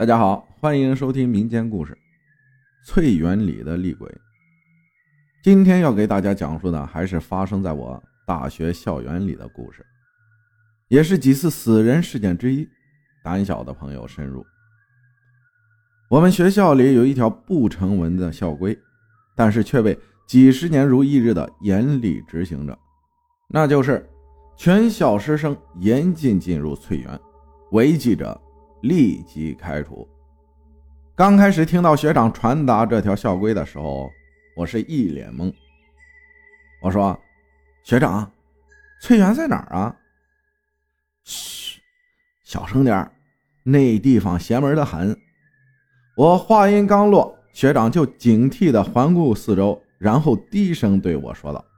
大家好，欢迎收听民间故事翠园里的厉鬼。今天要给大家讲述的还是发生在我大学校园里的故事，也是几次死人事件之一，胆小的朋友慎入。我们学校里有一条不成文的校规，但是却被几十年如一日的严厉执行着，那就是全校师生严禁进入翠园，违纪者立即开除。刚开始听到学长传达这条校规的时候，我是一脸懵。我说：学长，翠园在哪儿啊？嘘，小声点，那地方邪门的很。我话音刚落，学长就警惕地环顾四周，然后低声对我说道：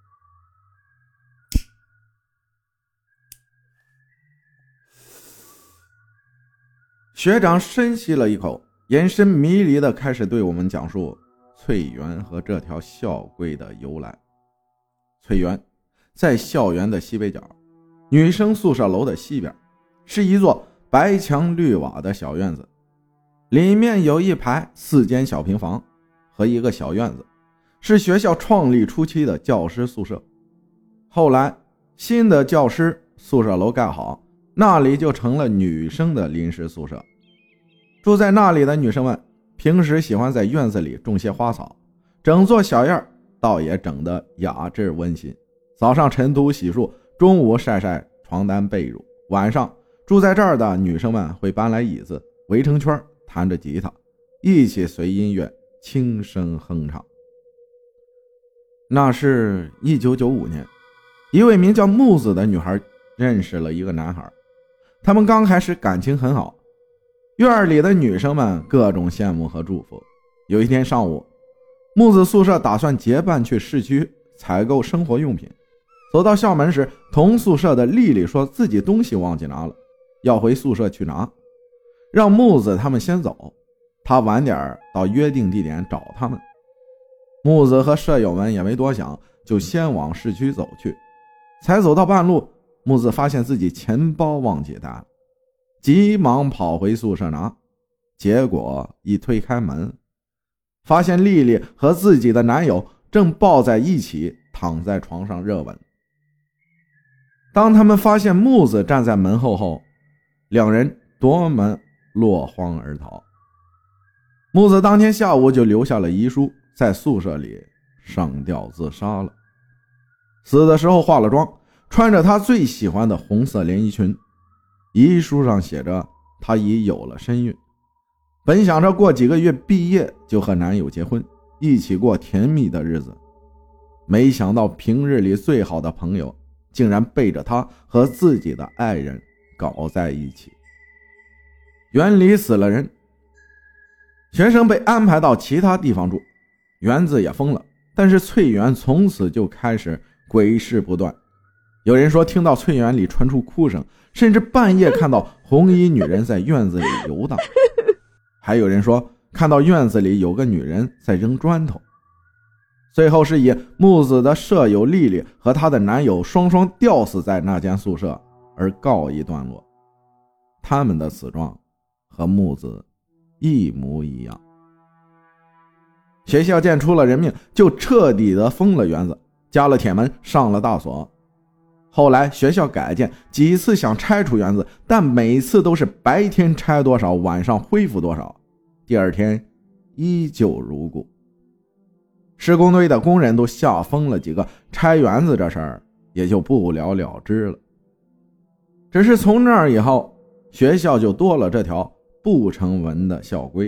学长深吸了一口，眼神迷离地开始对我们讲述翠园和这条校规的由来。翠园在校园的西北角，女生宿舍楼的西边，是一座白墙绿瓦的小院子，里面有一排4间小平房和一个小院子，是学校创立初期的教师宿舍。后来新的教师宿舍楼盖好，那里就成了女生的临时宿舍。住在那里的女生们平时喜欢在院子里种些花草，整座小院倒也整得雅致温馨。早上晨读洗漱，中午晒晒床单被褥，晚上住在这儿的女生们会搬来椅子，围成圈弹着吉他，一起随音乐轻声哼唱。那是1995年，一位名叫木子的女孩认识了一个男孩，他们刚开始感情很好，院里的女生们各种羡慕和祝福。有一天上午，木子宿舍打算结伴去市区采购生活用品，走到校门时，同宿舍的丽丽说自己东西忘记拿了，要回宿舍去拿，让木子他们先走，他晚点到约定地点找他们。木子和舍友们也没多想，就先往市区走去。才走到半路，木子发现自己钱包忘记带了，急忙跑回宿舍拿，结果一推开门，发现丽丽和自己的男友正抱在一起躺在床上热吻。当他们发现木子站在门后，两人夺门落荒而逃。木子当天下午就留下了遗书，在宿舍里上吊自杀了。死的时候化了妆，穿着他最喜欢的红色连衣裙，遗书上写着她已有了身孕，本想着过几个月毕业就和男友结婚，一起过甜蜜的日子，没想到平日里最好的朋友竟然背着她和自己的爱人搞在一起。园里死了人，学生被安排到其他地方住，园子也封了，但是翠园从此就开始鬼事不断。有人说听到翠园里传出哭声，甚至半夜看到红衣女人在院子里游荡，还有人说看到院子里有个女人在扔砖头。最后是以木子的舍友丽丽和她的男友双双吊死在那间宿舍而告一段落。他们的死状和木子一模一样。学校见出了人命，就彻底的封了园子，加了铁门，上了大锁。后来学校改建，几次想拆除园子，但每次都是白天拆多少，晚上恢复多少，第二天依旧如故。施工队的工人都吓疯了几个，拆园子这事儿也就不了了之了。只是从那儿以后，学校就多了这条不成文的校规。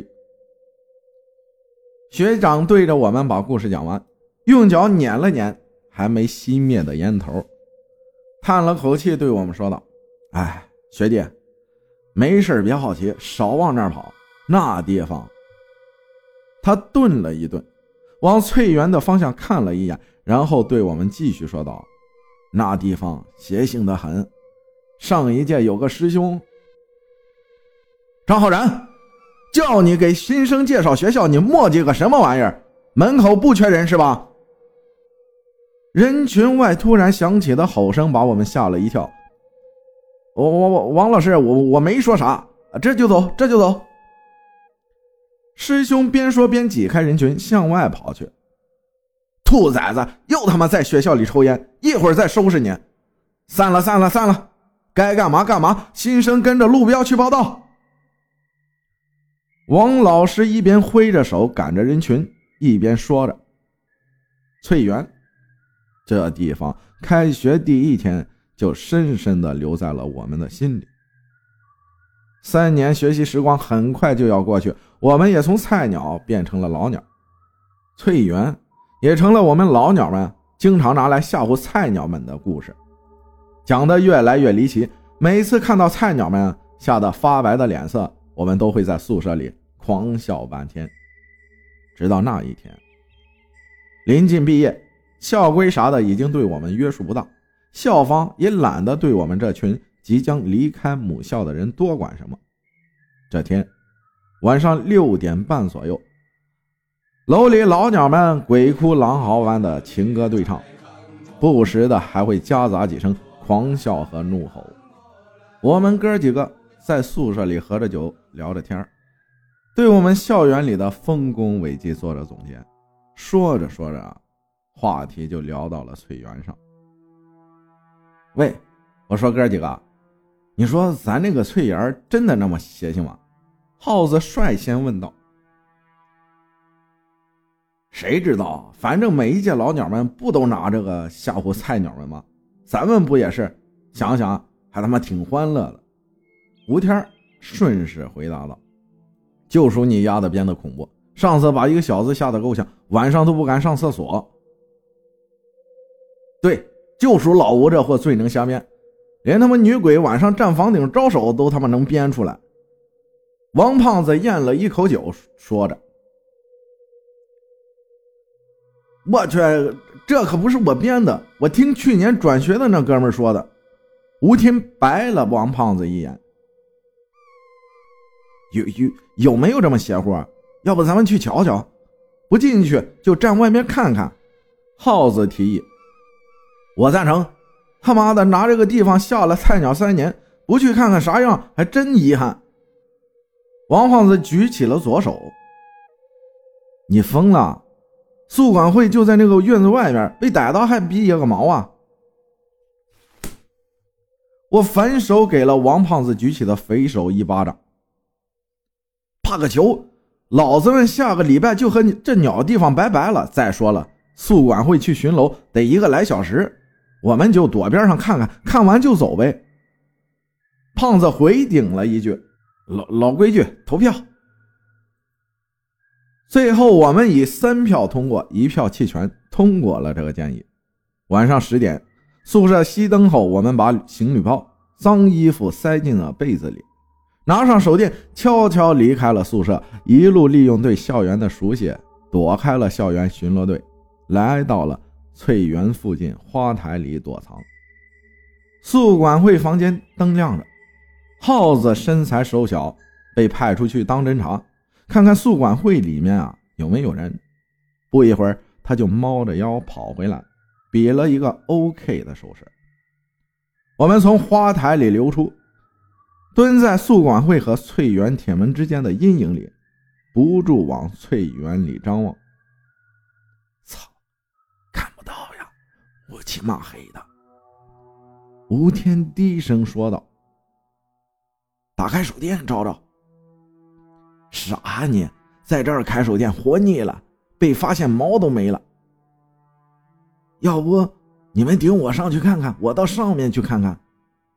学长对着我们把故事讲完，用脚捻了捻还没熄灭的烟头，叹了口气对我们说道：哎，学弟，没事别好奇，少往那儿跑，那地方。他顿了一顿，往翠园的方向看了一眼，然后对我们继续说道：那地方邪性的很，上一届有个师兄。张浩然，叫你给新生介绍学校，你磨叽个什么玩意儿？门口不缺人是吧？人群外突然响起的吼声把我们吓了一跳。王老师，我没说啥，这就走。 师兄边说边挤开人群向外跑去。兔崽子又他妈在学校里抽烟，一会儿再收拾你。散了散了散了，该干嘛干嘛，新生跟着路标去报到。王老师一边挥着手赶着人群，一边说着。翠园这地方开学第一天就深深地留在了我们的心里。3年学习时光很快就要过去，我们也从菜鸟变成了老鸟。翠园也成了我们老鸟们经常拿来吓唬菜鸟们的故事，讲得越来越离奇。每次看到菜鸟们吓得发白的脸色，我们都会在宿舍里狂笑半天。直到那一天，临近毕业，校规啥的已经对我们约束不当，校方也懒得对我们这群即将离开母校的人多管什么。这天晚上6点半左右，楼里老鸟们鬼哭狼嚎般的情歌对唱，不时的还会夹杂几声狂笑和怒吼。我们哥几个在宿舍里喝着酒聊着天，对我们校园里的丰功伟绩做着总结。说着说着话题就聊到了翠园上。喂，我说哥几个，你说咱那个翠园真的那么邪性吗？耗子率先问道。谁知道，反正每一届老鸟们不都拿这个吓唬菜鸟们吗？咱们不也是？想想还他妈挺欢乐的。吴天顺势回答道。就属你丫的编的恐怖，上次把一个小子吓得够呛，晚上都不敢上厕所。对，就属老吴这货最能瞎编，连他妈女鬼晚上站房顶招手都他妈能编出来。王胖子咽了一口酒说着。我去，这可不是我编的，我听去年转学的那哥们说的。吴天白了王胖子一眼。有没有这么邪乎啊？要不咱们去瞧瞧？不进去就站外面看看。耗子提议。我赞成，他妈的拿这个地方吓了菜鸟3年，不去看看啥样还真遗憾。王胖子举起了左手。你疯了？宿管会就在那个院子外面，被逮到还比野个毛啊！我反手给了王胖子举起的肥手一巴掌。怕个球，老子们下个礼拜就和你这鸟地方拜拜了。再说了，宿管会去巡楼得1个来小时，我们就躲边上看看，看完就走呗。胖子回顶了一句，老规矩，投票。最后我们以3票通过，1票弃权，通过了这个建议。晚上10点，宿舍熄灯后，我们把行李包、脏衣服塞进了被子里，拿上手电，悄悄离开了宿舍，一路利用对校园的熟悉，躲开了校园巡逻队，来到了翠园附近花台里躲藏。宿管会房间灯亮着，耗子身材瘦小，被派出去当侦查，看看宿管会里面有没有人。不一会儿他就猫着腰跑回来，比了一个 OK 的手势。我们从花台里流出，蹲在宿管会和翠园铁门之间的阴影里，不住往翠园里张望。操，看不到呀，乌漆嘛黑的。吴天低声说道。打开手电照照。傻你，在这儿开手电活腻了，被发现毛都没了。要不你们顶我上去看看，我到上面去看看。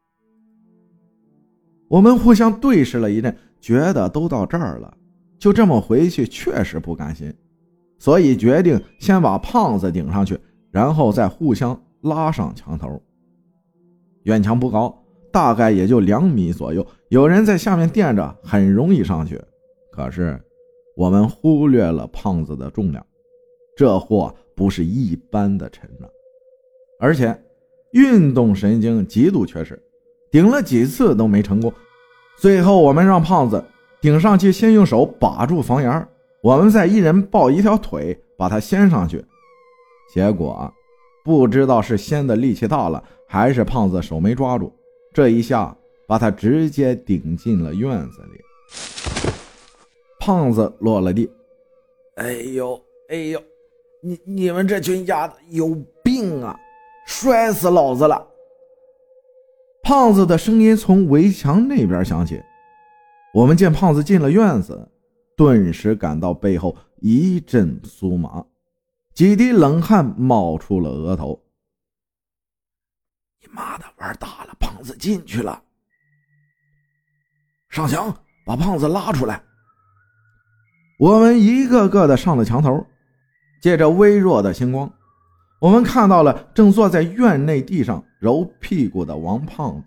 我们互相对视了一阵，觉得都到这儿了，就这么回去确实不甘心，所以决定先把胖子顶上去，然后再互相拉上墙头。院墙不高，大概也就2米左右，有人在下面垫着，很容易上去。可是我们忽略了胖子的重量，这货不是一般的沉啊，而且运动神经极度缺失，顶了几次都没成功。最后我们让胖子顶上去，先用手把住房檐，我们再一人抱一条腿把他掀上去。结果不知道是掀的力气大了，还是胖子手没抓住，这一下把他直接顶进了院子里。 胖子落了地。 哎呦，你们这群丫的有病啊，摔死老子了！ 胖子的声音从围墙那边响起。我们见胖子进了院子，顿时感到背后一阵酥麻，几滴冷汗冒出了额头。 你妈的，玩大了，胖子进去了！上墙，把胖子拉出来！ 我们一个个的上了墙头，借着微弱的星光，我们看到了正坐在院内地上揉屁股的王胖子。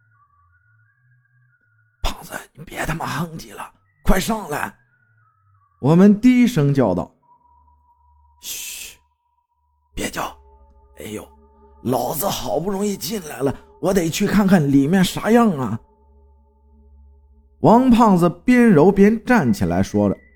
胖子，你别他妈哼唧了，快上来！ 我们低声叫道。 嘘，别叫！哎呦，老子好不容易进来了，我得去看看里面啥样啊！ 王胖子边揉边站起来说着。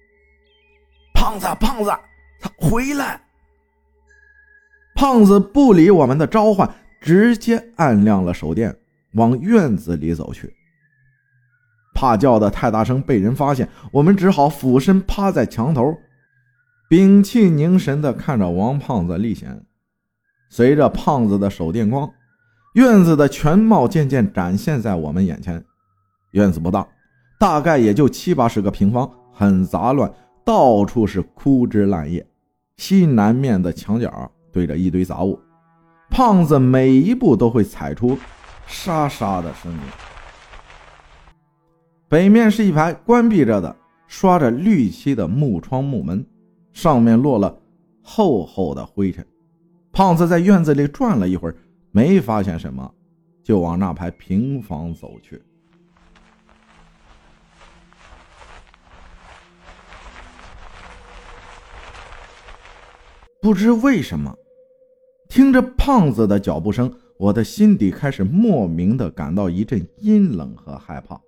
胖子，他回来！ 胖子不理我们的召唤，直接按亮了手电，往院子里走去。怕叫的太大声被人发现，我们只好俯身趴在墙头，屏气凝神地看着王胖子历险。随着胖子的手电光，院子的全貌渐渐展现在我们眼前。院子不大，大概也就70-80个平方，很杂乱，到处是枯枝烂叶，西南面的墙角堆着一堆杂物，胖子每一步都会踩出沙沙的声音。北面是一排关闭着的刷着绿漆的木窗木门，上面落了厚厚的灰尘。胖子在院子里转了一会儿，没发现什么，就往那排平房走去。不知为什么，听着胖子的脚步声，我的心底开始莫名地感到一阵阴冷和害怕。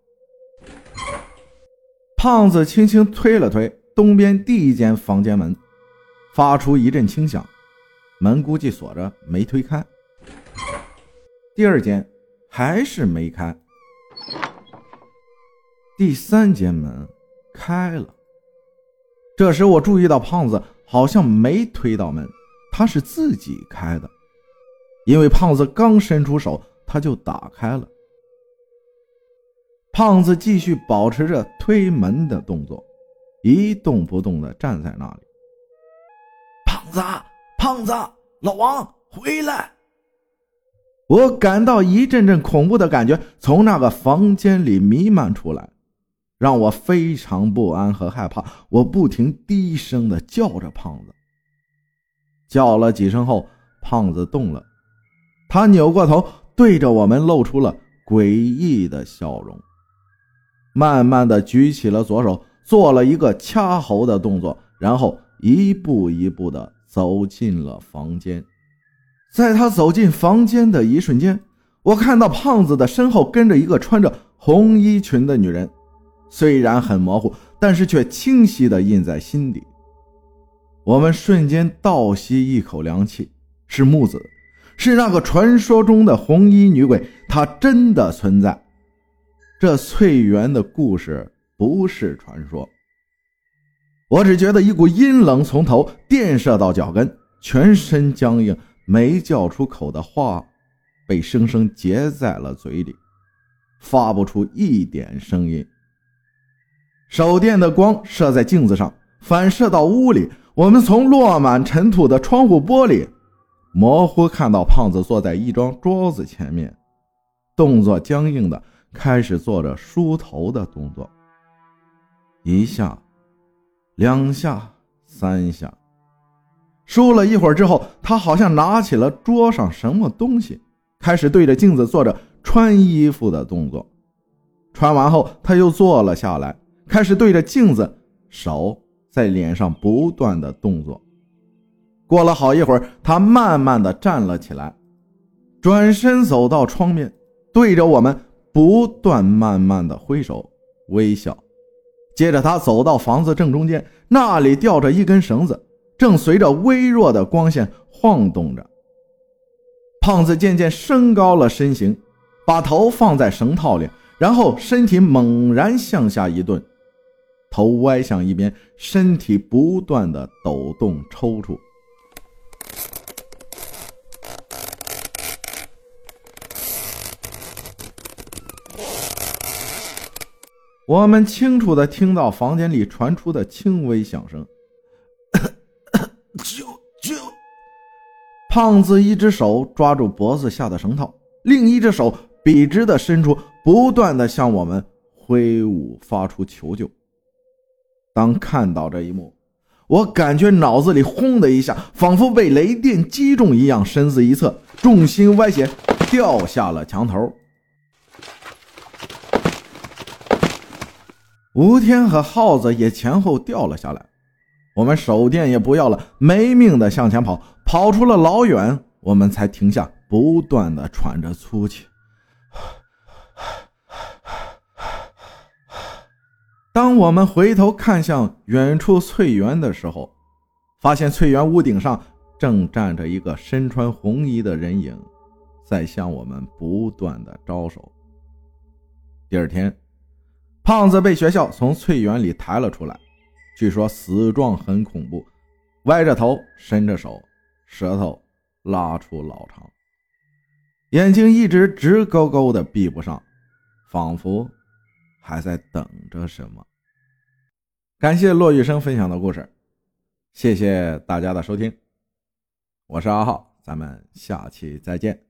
胖子轻轻推了推东边第一间房间门，发出一阵轻响，门估计锁着没推开。第二间还是没开，第三间门开了。这时我注意到胖子好像没推到门，他是自己开的，因为胖子刚伸出手他就打开了。胖子继续保持着推门的动作，一动不动地站在那里。 胖子，老王回来！ 我感到一阵阵恐怖的感觉从那个房间里弥漫出来，让我非常不安和害怕。我不停低声地叫着胖子，叫了几声后，胖子动了，他扭过头对着我们露出了诡异的笑容，慢慢地举起了左手，做了一个掐喉的动作，然后一步一步地走进了房间。在他走进房间的一瞬间，我看到胖子的身后跟着一个穿着红衣裙的女人，虽然很模糊，但是却清晰地印在心底。我们瞬间倒吸一口凉气，是木子，是那个传说中的红衣女鬼，她真的存在。这翠园的故事不是传说。我只觉得一股阴冷从头电射到脚跟，全身僵硬，没叫出口的话被生生结在了嘴里，发不出一点声音。手电的光射在镜子上，反射到屋里，我们从落满尘土的窗户玻璃模糊看到胖子坐在一张桌子前面，动作僵硬的开始做着梳头的动作，一下两下三下，梳了一会儿之后，他好像拿起了桌上什么东西，开始对着镜子做着穿衣服的动作。穿完后他又坐了下来，开始对着镜子手在脸上不断的动作。过了好一会儿，他慢慢的站了起来，转身走到窗面，对着我们不断慢慢的挥手微笑。接着他走到房子正中间，那里吊着一根绳子，正随着微弱的光线晃动着。胖子渐渐升高了身形，把头放在绳套里，然后身体猛然向下一顿， 头歪向一边，身体不断的抖动抽搐。我们清楚地听到房间里传出的轻微响声。 救！ 胖子一只手抓住脖子下的绳套，另一只手笔直地伸出，不断地向我们挥舞，发出求救。当看到这一幕，我感觉脑子里轰的一下，仿佛被雷电击中一样，身子一侧，重心歪斜，掉下了墙头。吴天和耗子也前后掉了下来，我们手电也不要了，没命的向前跑，跑出了老远，我们才停下，不断的喘着粗气。当我们回头看向远处翠园的时候，发现翠园屋顶上正站着一个身穿红衣的人影，在向我们不断的招手。第二天，胖子被学校从翠园里抬了出来，据说死状很恐怖，歪着头，伸着手，舌头拉出老长，眼睛一直直勾勾的闭不上，仿佛还在等着什么。感谢骆玉生分享的故事，谢谢大家的收听，我是阿浩，咱们下期再见。